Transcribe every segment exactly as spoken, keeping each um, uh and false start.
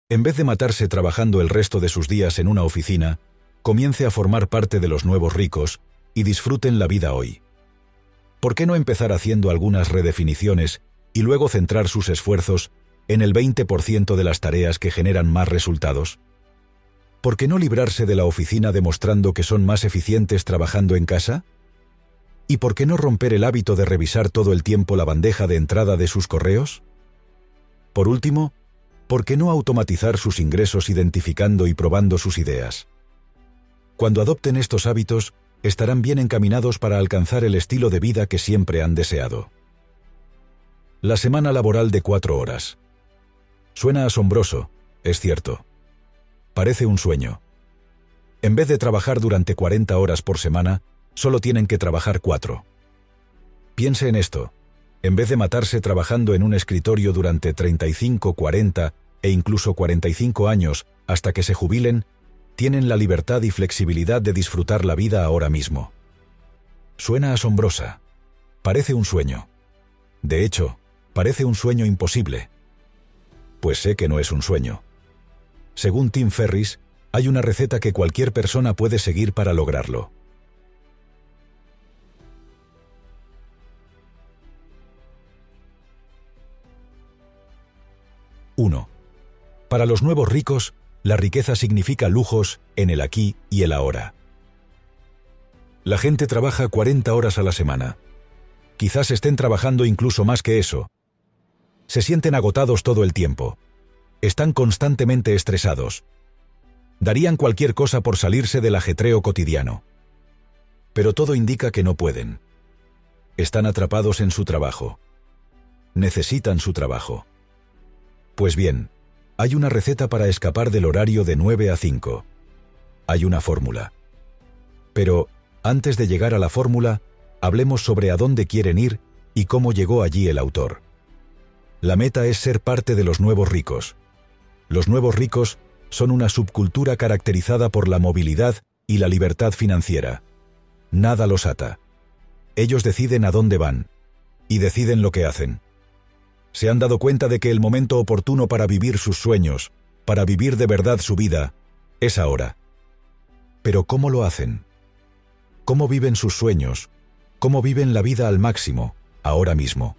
En vez de matarse trabajando el resto de sus días en una oficina, comience a formar parte de los nuevos ricos y disfruten la vida hoy. ¿Por qué no empezar haciendo algunas redefiniciones y luego centrar sus esfuerzos en el veinte por ciento de las tareas que generan más resultados? ¿Por qué no librarse de la oficina demostrando que son más eficientes trabajando en casa? ¿Y por qué no romper el hábito de revisar todo el tiempo la bandeja de entrada de sus correos? Por último, ¿por qué no automatizar sus ingresos identificando y probando sus ideas? Cuando adopten estos hábitos, estarán bien encaminados para alcanzar el estilo de vida que siempre han deseado. La semana laboral de cuatro horas. Suena asombroso, es cierto. Parece un sueño. En vez de trabajar durante cuarenta horas por semana, solo tienen que trabajar cuatro. Piense en esto. En vez de matarse trabajando en un escritorio durante treinta y cinco, cuarenta e incluso cuarenta y cinco años hasta que se jubilen, tienen la libertad y flexibilidad de disfrutar la vida ahora mismo. Suena asombrosa. Parece un sueño. De hecho, parece un sueño imposible. Pues sé que no es un sueño. Según Tim Ferriss, hay una receta que cualquier persona puede seguir para lograrlo. uno. Para los nuevos ricos, la riqueza significa lujos en el aquí y el ahora. La gente trabaja cuarenta horas a la semana. Quizás estén trabajando incluso más que eso. Se sienten agotados todo el tiempo. Están constantemente estresados. Darían cualquier cosa por salirse del ajetreo cotidiano. Pero todo indica que no pueden. Están atrapados en su trabajo. Necesitan su trabajo. Pues bien, hay una receta para escapar del horario de nueve a cinco. Hay una fórmula. Pero, antes de llegar a la fórmula, hablemos sobre a dónde quieren ir y cómo llegó allí el autor. La meta es ser parte de los nuevos ricos. Los nuevos ricos son una subcultura caracterizada por la movilidad y la libertad financiera. Nada los ata. Ellos deciden a dónde van y deciden lo que hacen. Se han dado cuenta de que el momento oportuno para vivir sus sueños, para vivir de verdad su vida, es ahora. Pero ¿cómo lo hacen? ¿Cómo viven sus sueños? ¿Cómo viven la vida al máximo, ahora mismo?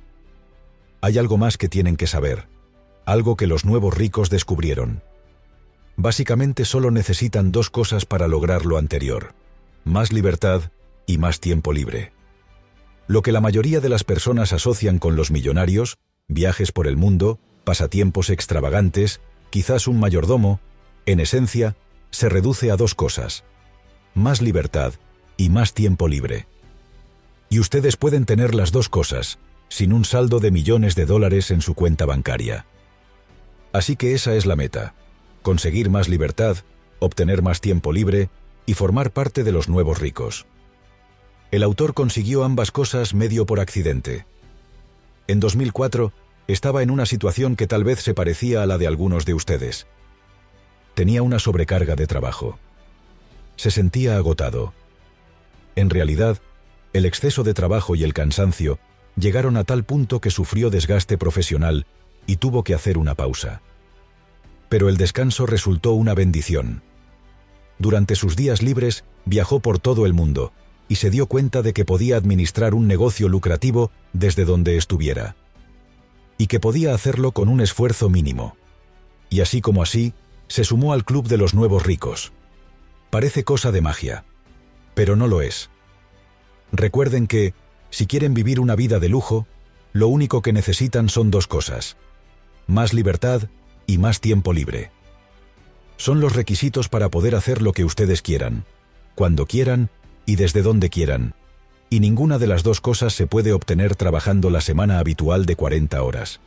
Hay algo más que tienen que saber, algo que los nuevos ricos descubrieron. Básicamente solo necesitan dos cosas para lograr lo anterior: más libertad y más tiempo libre. Lo que la mayoría de las personas asocian con los millonarios, viajes por el mundo, pasatiempos extravagantes, quizás un mayordomo, en esencia, se reduce a dos cosas: más libertad y más tiempo libre. Y ustedes pueden tener las dos cosas, sin un saldo de millones de dólares en su cuenta bancaria. Así que esa es la meta: conseguir más libertad, obtener más tiempo libre y formar parte de los nuevos ricos. El autor consiguió ambas cosas medio por accidente. En dos mil cuatro, estaba en una situación que tal vez se parecía a la de algunos de ustedes. Tenía una sobrecarga de trabajo. Se sentía agotado. En realidad, el exceso de trabajo y el cansancio llegaron a tal punto que sufrió desgaste profesional y tuvo que hacer una pausa. Pero el descanso resultó una bendición. Durante sus días libres, viajó por todo el mundo y se dio cuenta de que podía administrar un negocio lucrativo desde donde estuviera. Y que podía hacerlo con un esfuerzo mínimo. Y así como así, se sumó al club de los nuevos ricos. Parece cosa de magia, pero no lo es. Recuerden que, si quieren vivir una vida de lujo, lo único que necesitan son dos cosas: más libertad y más tiempo libre. Son los requisitos para poder hacer lo que ustedes quieran, cuando quieran y desde donde quieran, y ninguna de las dos cosas se puede obtener trabajando la semana habitual de cuarenta horas.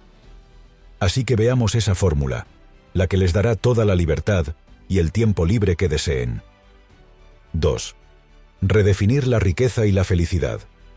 Así que veamos esa fórmula, la que les dará toda la libertad y el tiempo libre que deseen. dos. Redefinir la riqueza y la felicidad.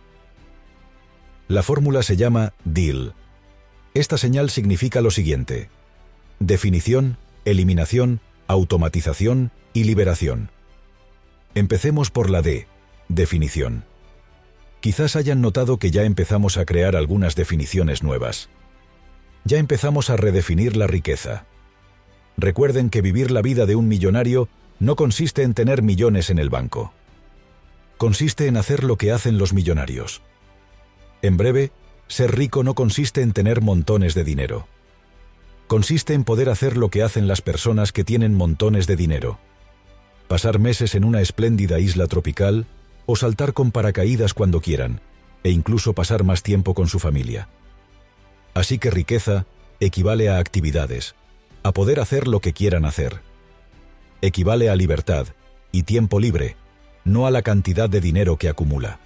La fórmula se llama D E A L. Esta señal significa lo siguiente: definición, eliminación, automatización y liberación. Empecemos por la D, definición. Quizás hayan notado que ya empezamos a crear algunas definiciones nuevas. Ya empezamos a redefinir la riqueza. Recuerden que vivir la vida de un millonario no consiste en tener millones en el banco. Consiste en hacer lo que hacen los millonarios. En breve, ser rico no consiste en tener montones de dinero. Consiste en poder hacer lo que hacen las personas que tienen montones de dinero. Pasar meses en una espléndida isla tropical o saltar con paracaídas cuando quieran, e incluso pasar más tiempo con su familia. Así que riqueza equivale a actividades, a poder hacer lo que quieran hacer. Equivale a libertad y tiempo libre, no a la cantidad de dinero que acumula.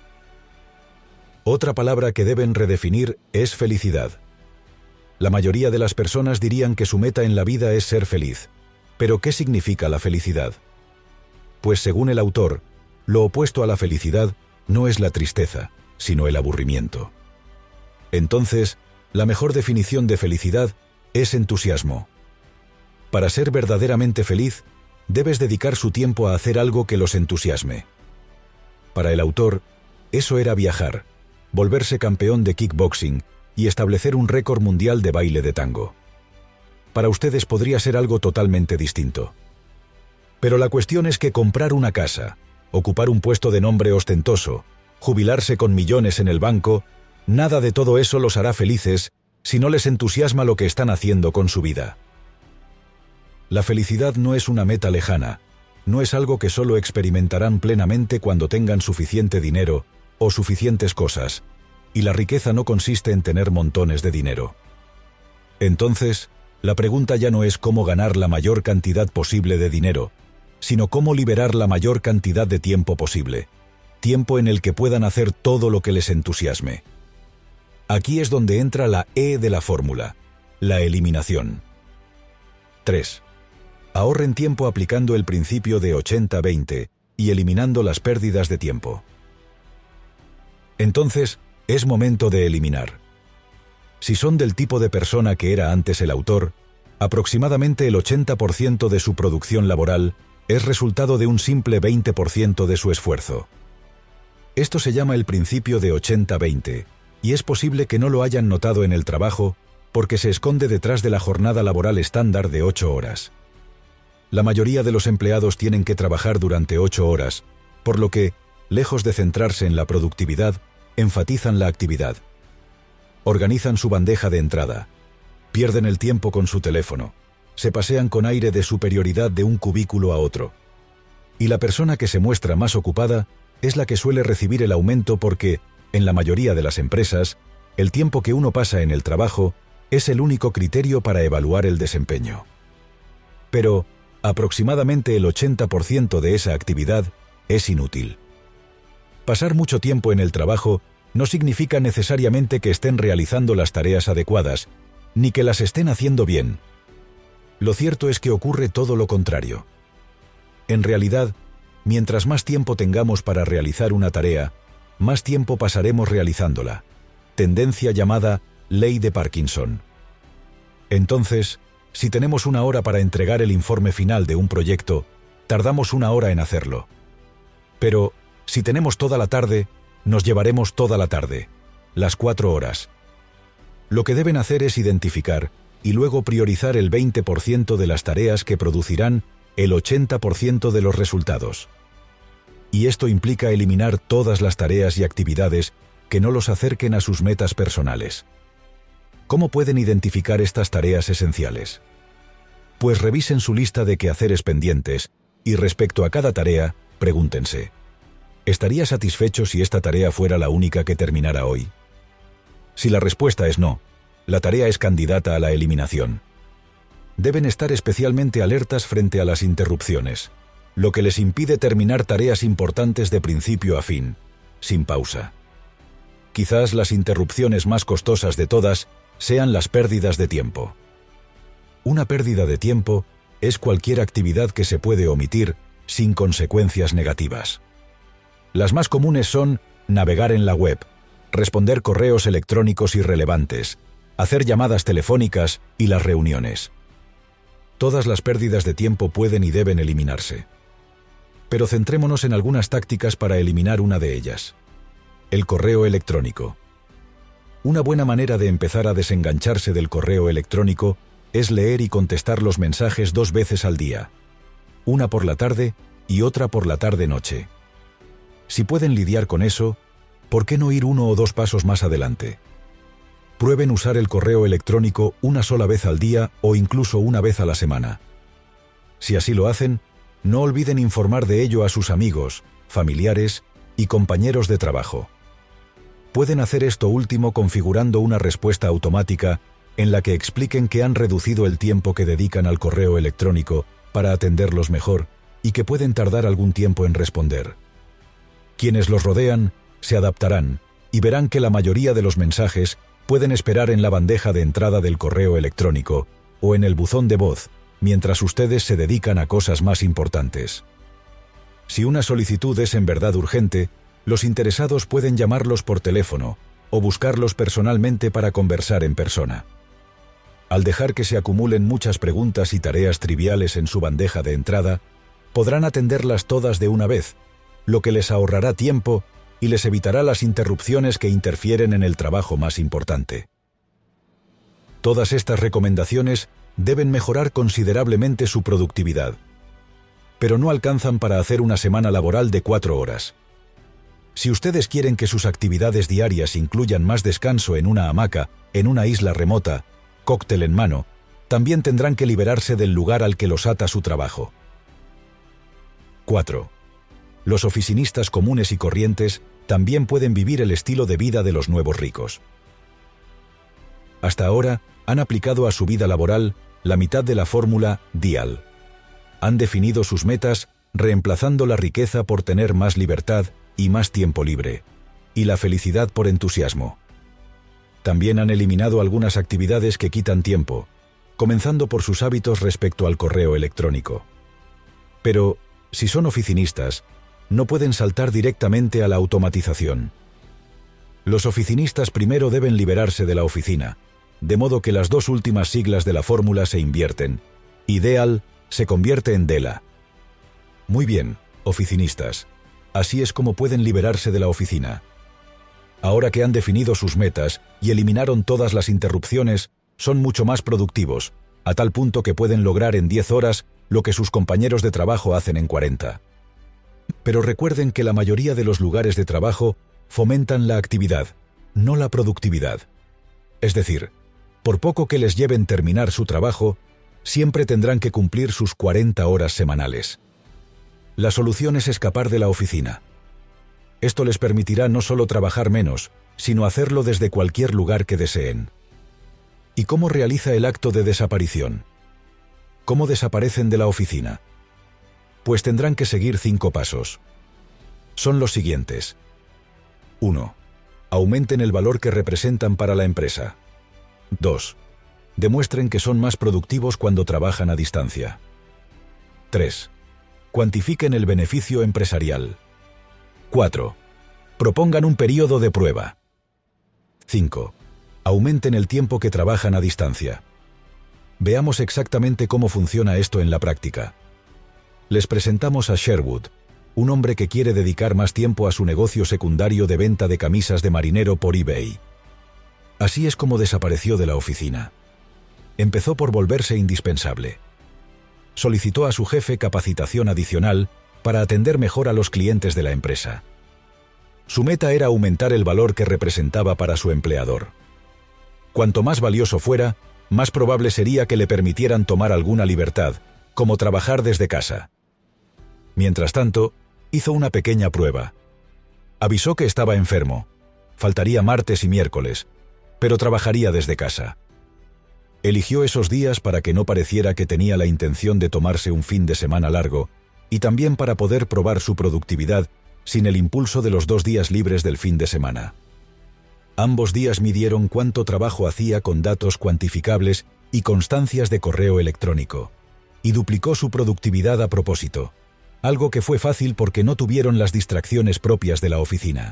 Otra palabra que deben redefinir es felicidad. La mayoría de las personas dirían que su meta en la vida es ser feliz. ¿Pero qué significa la felicidad? Pues según el autor, lo opuesto a la felicidad no es la tristeza, sino el aburrimiento. Entonces, la mejor definición de felicidad es entusiasmo. Para ser verdaderamente feliz, debes dedicar su tiempo a hacer algo que los entusiasme. Para el autor, eso era viajar, volverse campeón de kickboxing y establecer un récord mundial de baile de tango. Para ustedes podría ser algo totalmente distinto. Pero la cuestión es que comprar una casa, ocupar un puesto de nombre ostentoso, jubilarse con millones en el banco, nada de todo eso los hará felices si no les entusiasma lo que están haciendo con su vida. La felicidad no es una meta lejana, no es algo que solo experimentarán plenamente cuando tengan suficiente dinero o suficientes cosas, y la riqueza no consiste en tener montones de dinero. Entonces, la pregunta ya no es cómo ganar la mayor cantidad posible de dinero, sino cómo liberar la mayor cantidad de tiempo posible, tiempo en el que puedan hacer todo lo que les entusiasme. Aquí es donde entra la E de la fórmula, la eliminación. tres. Ahorren tiempo aplicando el principio de ochenta veinte y eliminando las pérdidas de tiempo. Entonces, es momento de eliminar. Si son del tipo de persona que era antes el autor, aproximadamente el ochenta por ciento de su producción laboral es resultado de un simple veinte por ciento de su esfuerzo. Esto se llama el principio de ochenta veinte, y es posible que no lo hayan notado en el trabajo porque se esconde detrás de la jornada laboral estándar de ocho horas. La mayoría de los empleados tienen que trabajar durante ocho horas, por lo que, lejos de centrarse en la productividad, enfatizan la actividad. Organizan su bandeja de entrada, pierden el tiempo con su teléfono, se pasean con aire de superioridad de un cubículo a otro. Y la persona que se muestra más ocupada es la que suele recibir el aumento porque, en la mayoría de las empresas, el tiempo que uno pasa en el trabajo es el único criterio para evaluar el desempeño. Pero, aproximadamente el ochenta por ciento de esa actividad es inútil. Pasar mucho tiempo en el trabajo no significa necesariamente que estén realizando las tareas adecuadas, ni que las estén haciendo bien. Lo cierto es que ocurre todo lo contrario. En realidad, mientras más tiempo tengamos para realizar una tarea, más tiempo pasaremos realizándola. Tendencia llamada Ley de Parkinson. Entonces, si tenemos una hora para entregar el informe final de un proyecto, tardamos una hora en hacerlo. Pero, si tenemos toda la tarde, nos llevaremos toda la tarde, las cuatro horas. Lo que deben hacer es identificar y luego priorizar el veinte por ciento de las tareas que producirán el ochenta por ciento de los resultados. Y esto implica eliminar todas las tareas y actividades que no los acerquen a sus metas personales. ¿Cómo pueden identificar estas tareas esenciales? Pues revisen su lista de quehaceres pendientes y respecto a cada tarea, pregúntense: ¿estaría satisfecho si esta tarea fuera la única que terminara hoy? Si la respuesta es no, la tarea es candidata a la eliminación. Deben estar especialmente alertas frente a las interrupciones, lo que les impide terminar tareas importantes de principio a fin, sin pausa. Quizás las interrupciones más costosas de todas sean las pérdidas de tiempo. Una pérdida de tiempo es cualquier actividad que se puede omitir sin consecuencias negativas. Las más comunes son navegar en la web, responder correos electrónicos irrelevantes, hacer llamadas telefónicas y las reuniones. Todas las pérdidas de tiempo pueden y deben eliminarse. Pero centrémonos en algunas tácticas para eliminar una de ellas: el correo electrónico. Una buena manera de empezar a desengancharse del correo electrónico es leer y contestar los mensajes dos veces al día, una por la tarde y otra por la tarde-noche. Si pueden lidiar con eso, ¿por qué no ir uno o dos pasos más adelante? Prueben usar el correo electrónico una sola vez al día o incluso una vez a la semana. Si así lo hacen, no olviden informar de ello a sus amigos, familiares y compañeros de trabajo. Pueden hacer esto último configurando una respuesta automática en la que expliquen que han reducido el tiempo que dedican al correo electrónico para atenderlos mejor y que pueden tardar algún tiempo en responder. Quienes los rodean se adaptarán y verán que la mayoría de los mensajes pueden esperar en la bandeja de entrada del correo electrónico o en el buzón de voz, mientras ustedes se dedican a cosas más importantes. Si una solicitud es en verdad urgente, los interesados pueden llamarlos por teléfono o buscarlos personalmente para conversar en persona. Al dejar que se acumulen muchas preguntas y tareas triviales en su bandeja de entrada, podrán atenderlas todas de una vez, lo que les ahorrará tiempo y les evitará las interrupciones que interfieren en el trabajo más importante. Todas estas recomendaciones deben mejorar considerablemente su productividad, pero no alcanzan para hacer una semana laboral de cuatro horas. Si ustedes quieren que sus actividades diarias incluyan más descanso en una hamaca, en una isla remota, cóctel en mano, también tendrán que liberarse del lugar al que los ata su trabajo. cuatro. Los oficinistas comunes y corrientes también pueden vivir el estilo de vida de los nuevos ricos. Hasta ahora, han aplicado a su vida laboral la mitad de la fórmula Dial. Han definido sus metas, reemplazando la riqueza por tener más libertad y más tiempo libre, y la felicidad por entusiasmo. También han eliminado algunas actividades que quitan tiempo, comenzando por sus hábitos respecto al correo electrónico. Pero, si son oficinistas, no pueden saltar directamente a la automatización. Los oficinistas primero deben liberarse de la oficina, de modo que las dos últimas siglas de la fórmula se invierten, y Deal se convierte en Dela. Muy bien, oficinistas, así es como pueden liberarse de la oficina. Ahora que han definido sus metas y eliminaron todas las interrupciones, son mucho más productivos, a tal punto que pueden lograr en diez horas lo que sus compañeros de trabajo hacen en cuarenta. Pero recuerden que la mayoría de los lugares de trabajo fomentan la actividad, no la productividad. Es decir, por poco que les lleven terminar su trabajo, siempre tendrán que cumplir sus cuarenta horas semanales. La solución es escapar de la oficina. Esto les permitirá no solo trabajar menos, sino hacerlo desde cualquier lugar que deseen. ¿Y cómo realiza el acto de desaparición? ¿Cómo desaparecen de la oficina? Pues tendrán que seguir cinco pasos. Son los siguientes. uno. Aumenten el valor que representan para la empresa. dos. Demuestren que son más productivos cuando trabajan a distancia. tres. Cuantifiquen el beneficio empresarial. cuatro. Propongan un periodo de prueba. cinco. Aumenten el tiempo que trabajan a distancia. Veamos exactamente cómo funciona esto en la práctica. Les presentamos a Sherwood, un hombre que quiere dedicar más tiempo a su negocio secundario de venta de camisas de marinero por eBay. Así es como desapareció de la oficina. Empezó por volverse indispensable. Solicitó a su jefe capacitación adicional para atender mejor a los clientes de la empresa. Su meta era aumentar el valor que representaba para su empleador. Cuanto más valioso fuera, más probable sería que le permitieran tomar alguna libertad, como trabajar desde casa. Mientras tanto, hizo una pequeña prueba. Avisó que estaba enfermo. Faltaría martes y miércoles, pero trabajaría desde casa. Eligió esos días para que no pareciera que tenía la intención de tomarse un fin de semana largo y también para poder probar su productividad sin el impulso de los dos días libres del fin de semana. Ambos días midieron cuánto trabajo hacía con datos cuantificables y constancias de correo electrónico, y duplicó su productividad a propósito, algo que fue fácil porque no tuvieron las distracciones propias de la oficina.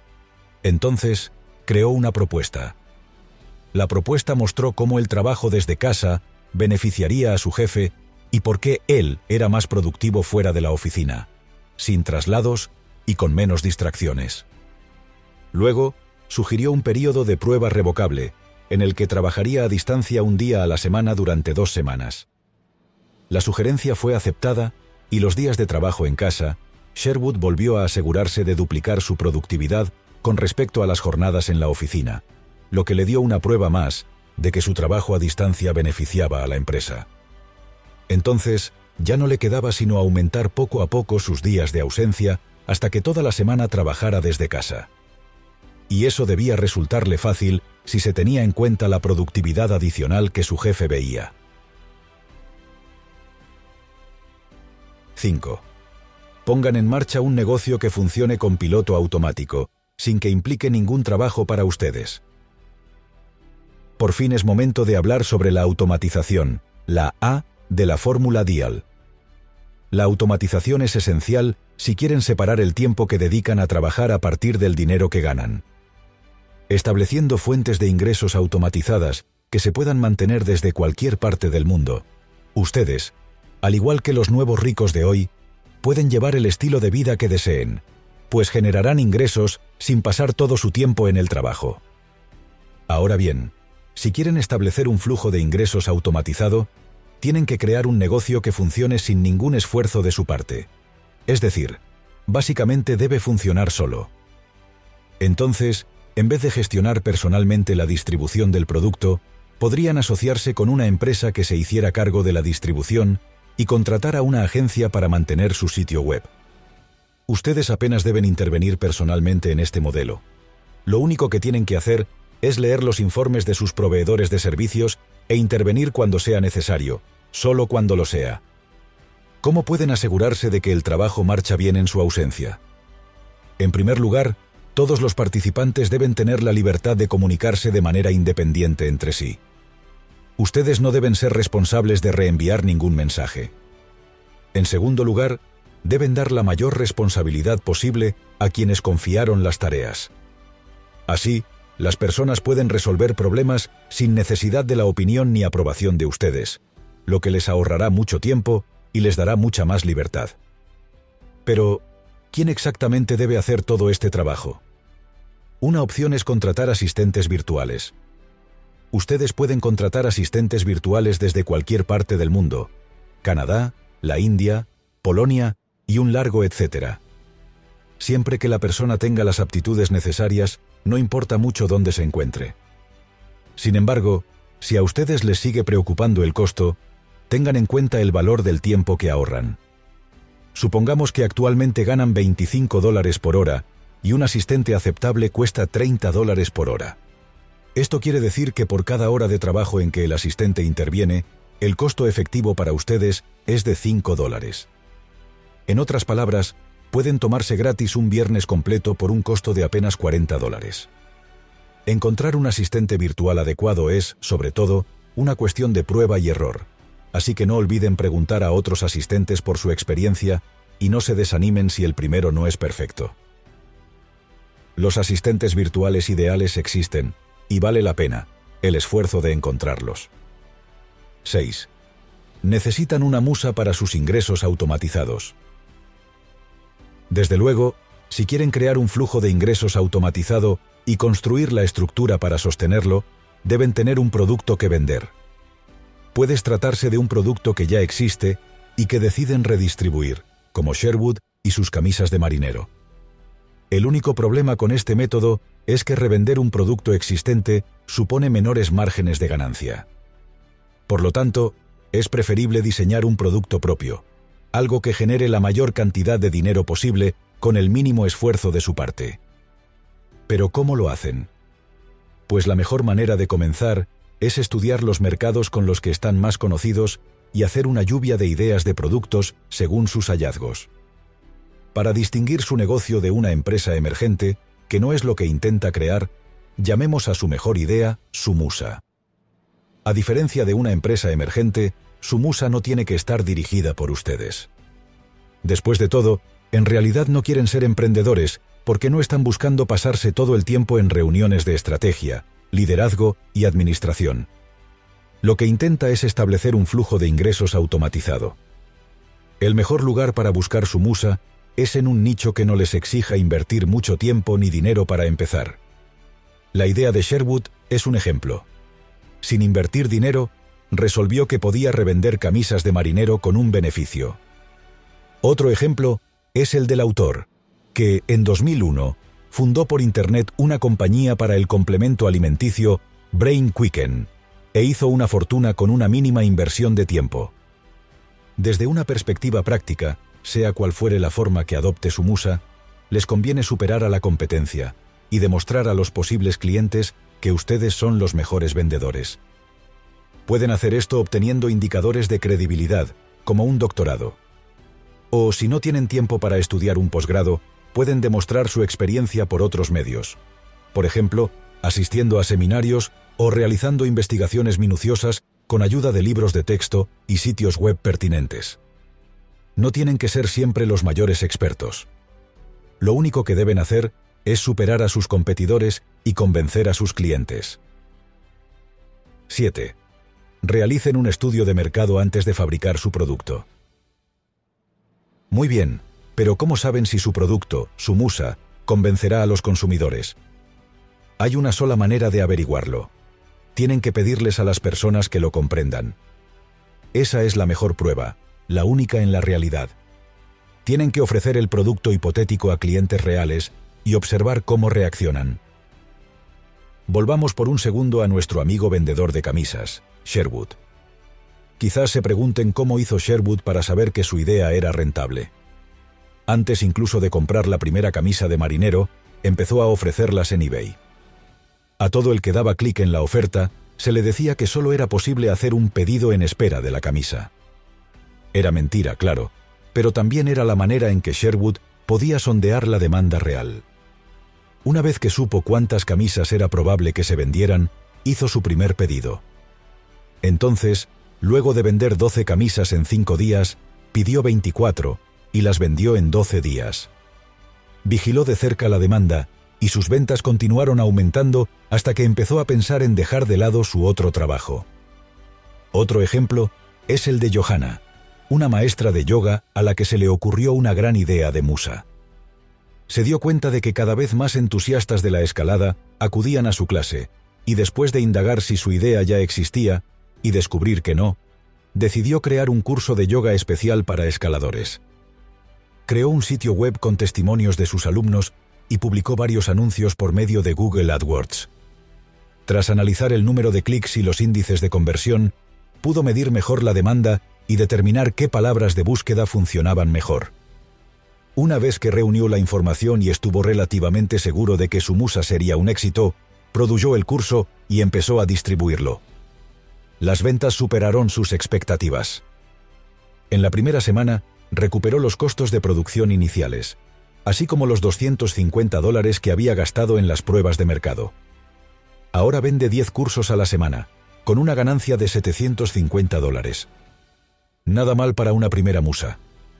Entonces, creó una propuesta. La propuesta mostró cómo el trabajo desde casa beneficiaría a su jefe y por qué él era más productivo fuera de la oficina, sin traslados y con menos distracciones. Luego, sugirió un período de prueba revocable, en el que trabajaría a distancia un día a la semana durante dos semanas. La sugerencia fue aceptada y los días de trabajo en casa, Sherwood volvió a asegurarse de duplicar su productividad con respecto a las jornadas en la oficina, lo que le dio una prueba más de que su trabajo a distancia beneficiaba a la empresa. Entonces, ya no le quedaba sino aumentar poco a poco sus días de ausencia hasta que toda la semana trabajara desde casa. Y eso debía resultarle fácil si se tenía en cuenta la productividad adicional que su jefe veía. cinco. Pongan en marcha un negocio que funcione con piloto automático, sin que implique ningún trabajo para ustedes. Por fin es momento de hablar sobre la automatización, la A de la fórmula Dial. La automatización es esencial si quieren separar el tiempo que dedican a trabajar a partir del dinero que ganan. Estableciendo fuentes de ingresos automatizadas que se puedan mantener desde cualquier parte del mundo, ustedes, al igual que los nuevos ricos de hoy, pueden llevar el estilo de vida que deseen, pues generarán ingresos sin pasar todo su tiempo en el trabajo. Ahora bien, si quieren establecer un flujo de ingresos automatizado, tienen que crear un negocio que funcione sin ningún esfuerzo de su parte. Es decir, básicamente debe funcionar solo. Entonces, en vez de gestionar personalmente la distribución del producto, podrían asociarse con una empresa que se hiciera cargo de la distribución y contratar a una agencia para mantener su sitio web. Ustedes apenas deben intervenir personalmente en este modelo. Lo único que tienen que hacer es leer los informes de sus proveedores de servicios e intervenir cuando sea necesario, solo cuando lo sea. ¿Cómo pueden asegurarse de que el trabajo marcha bien en su ausencia? En primer lugar, todos los participantes deben tener la libertad de comunicarse de manera independiente entre sí. Ustedes no deben ser responsables de reenviar ningún mensaje. En segundo lugar, deben dar la mayor responsabilidad posible a quienes confiaron las tareas. Así, las personas pueden resolver problemas sin necesidad de la opinión ni aprobación de ustedes, lo que les ahorrará mucho tiempo y les dará mucha más libertad. Pero, ¿quién exactamente debe hacer todo este trabajo? Una opción es contratar asistentes virtuales. Ustedes pueden contratar asistentes virtuales desde cualquier parte del mundo: Canadá, la India, Polonia y un largo etcétera. Siempre que la persona tenga las aptitudes necesarias, no importa mucho dónde se encuentre. Sin embargo, si a ustedes les sigue preocupando el costo, tengan en cuenta el valor del tiempo que ahorran. Supongamos que actualmente ganan veinticinco dólares por hora y un asistente aceptable cuesta treinta dólares por hora. Esto quiere decir que por cada hora de trabajo en que el asistente interviene, el costo efectivo para ustedes es de cinco dólares. En otras palabras, pueden tomarse gratis un viernes completo por un costo de apenas cuarenta dólares. Encontrar un asistente virtual adecuado es, sobre todo, una cuestión de prueba y error, así que no olviden preguntar a otros asistentes por su experiencia y no se desanimen si el primero no es perfecto. Los asistentes virtuales ideales existen, y vale la pena el esfuerzo de encontrarlos. seis. Necesitan una musa para sus ingresos automatizados. Desde luego, si quieren crear un flujo de ingresos automatizado y construir la estructura para sostenerlo, deben tener un producto que vender. Puede tratarse de un producto que ya existe y que deciden redistribuir, como Sherwood y sus camisas de marinero. El único problema con este método es que revender un producto existente supone menores márgenes de ganancia. Por lo tanto, es preferible diseñar un producto propio, algo que genere la mayor cantidad de dinero posible con el mínimo esfuerzo de su parte. ¿Pero cómo lo hacen? Pues la mejor manera de comenzar es estudiar los mercados con los que están más conocidos y hacer una lluvia de ideas de productos según sus hallazgos. Para distinguir su negocio de una empresa emergente, que no es lo que intenta crear, llamemos a su mejor idea su musa. A diferencia de una empresa emergente, su musa no tiene que estar dirigida por ustedes. Después de todo, en realidad no quieren ser emprendedores porque no están buscando pasarse todo el tiempo en reuniones de estrategia, liderazgo y administración. Lo que intenta es establecer un flujo de ingresos automatizado. El mejor lugar para buscar su musa es en un nicho que no les exija invertir mucho tiempo ni dinero para empezar. La idea de Sherwood es un ejemplo. sin invertir dinero, resolvió que podía revender camisas de marinero con un beneficio. Otro ejemplo es el del autor, que, en dos mil uno, fundó por Internet una compañía para el complemento alimenticio Brain Quicken, e hizo una fortuna con una mínima inversión de tiempo. Desde una perspectiva práctica, sea cual fuere la forma que adopte su musa, les conviene superar a la competencia y demostrar a los posibles clientes que ustedes son los mejores vendedores. Pueden hacer esto obteniendo indicadores de credibilidad, como un doctorado. O, si no tienen tiempo para estudiar un posgrado, pueden demostrar su experiencia por otros medios. Por ejemplo, asistiendo a seminarios o realizando investigaciones minuciosas con ayuda de libros de texto y sitios web pertinentes. No tienen que ser siempre los mayores expertos. Lo único que deben hacer es superar a sus competidores y convencer a sus clientes. siete. Realicen un estudio de mercado antes de fabricar su producto. Muy bien, pero ¿cómo saben si su producto, su musa, convencerá a los consumidores? Hay una sola manera de averiguarlo. Tienen que pedirles a las personas que lo comprendan. Esa es la mejor prueba, la única en la realidad. Tienen que ofrecer el producto hipotético a clientes reales y observar cómo reaccionan. Volvamos por un segundo a nuestro amigo vendedor de camisas, Sherwood. Quizás se pregunten cómo hizo Sherwood para saber que su idea era rentable. Antes incluso de comprar la primera camisa de marinero, empezó a ofrecerlas en eBay. A todo el que daba clic en la oferta, se le decía que solo era posible hacer un pedido en espera de la camisa. Era mentira, claro, pero también era la manera en que Sherwood podía sondear la demanda real. Una vez que supo cuántas camisas era probable que se vendieran, hizo su primer pedido. Entonces, luego de vender doce camisas en cinco días, pidió veinticuatro y las vendió en doce días. Vigiló de cerca la demanda y sus ventas continuaron aumentando hasta que empezó a pensar en dejar de lado su otro trabajo. Otro ejemplo es el de Johanna, una maestra de yoga a la que se le ocurrió una gran idea de musa. Se dio cuenta de que cada vez más entusiastas de la escalada acudían a su clase, y después de indagar si su idea ya existía, y descubrir que no, decidió crear un curso de yoga especial para escaladores. Creó un sitio web con testimonios de sus alumnos y publicó varios anuncios por medio de Google AdWords. Tras analizar el número de clics y los índices de conversión, pudo medir mejor la demanda y determinar qué palabras de búsqueda funcionaban mejor. Una vez que reunió la información y estuvo relativamente seguro de que su musa sería un éxito, produjo el curso y empezó a distribuirlo. Las ventas superaron sus expectativas. En la primera semana, recuperó los costos de producción iniciales, así como los doscientos cincuenta dólares que había gastado en las pruebas de mercado. Ahora vende diez cursos a la semana, con una ganancia de setecientos cincuenta dólares. Nada mal para una primera musa.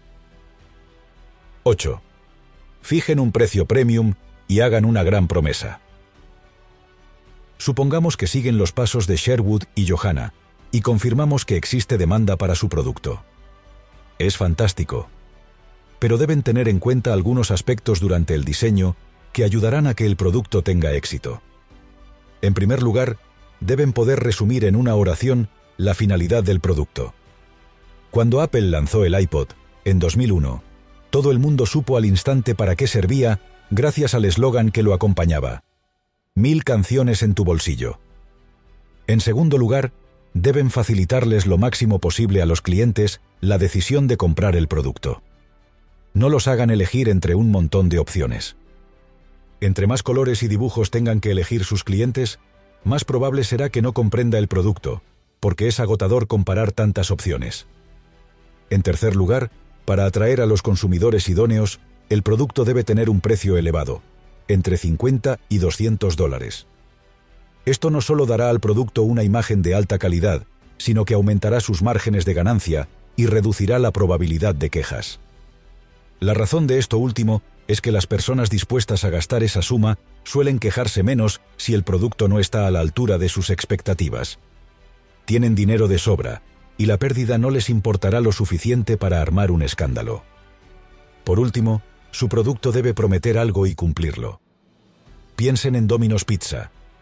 ocho. Fijen un precio premium y hagan una gran promesa. Supongamos que siguen los pasos de Sherwood y Johanna, y confirmamos que existe demanda para su producto. Es fantástico. Pero deben tener en cuenta algunos aspectos durante el diseño que ayudarán a que el producto tenga éxito. En primer lugar, deben poder resumir en una oración la finalidad del producto. Cuando Apple lanzó el iPod, en dos mil uno, todo el mundo supo al instante para qué servía gracias al eslogan que lo acompañaba: Mil canciones en tu bolsillo. En segundo lugar, deben facilitarles lo máximo posible a los clientes la decisión de comprar el producto. No los hagan elegir entre un montón de opciones. Entre más colores y dibujos tengan que elegir sus clientes, más probable será que no comprenda el producto, porque es agotador comparar tantas opciones. En tercer lugar, para atraer a los consumidores idóneos, el producto debe tener un precio elevado, entre cincuenta y doscientos dólares. Esto no solo dará al producto una imagen de alta calidad, sino que aumentará sus márgenes de ganancia y reducirá la probabilidad de quejas. La razón de esto último es que las personas dispuestas a gastar esa suma suelen quejarse menos si el producto no está a la altura de sus expectativas. Tienen dinero de sobra, y la pérdida no les importará lo suficiente para armar un escándalo. Por último, su producto debe prometer algo y cumplirlo. Piensen en Domino's Pizza,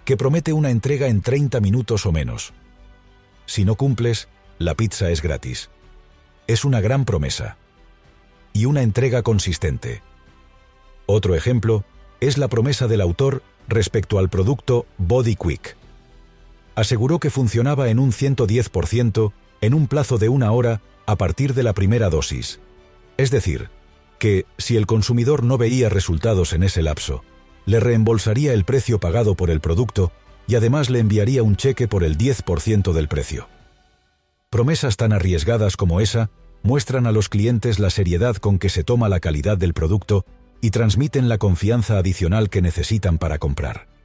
que promete una entrega en treinta minutos o menos. Si no cumples, la pizza es gratis. Es una gran promesa. Y una entrega consistente. Otro ejemplo es la promesa del autor respecto al producto Body Quick. Aseguró que funcionaba en un ciento diez por ciento en un plazo de una hora a partir de la primera dosis. Es decir, que, si el consumidor no veía resultados en ese lapso, le reembolsaría el precio pagado por el producto y además le enviaría un cheque por el diez por ciento del precio. Promesas tan arriesgadas como esa muestran a los clientes la seriedad con que se toma la calidad del producto y transmiten la confianza adicional que necesitan para comprar.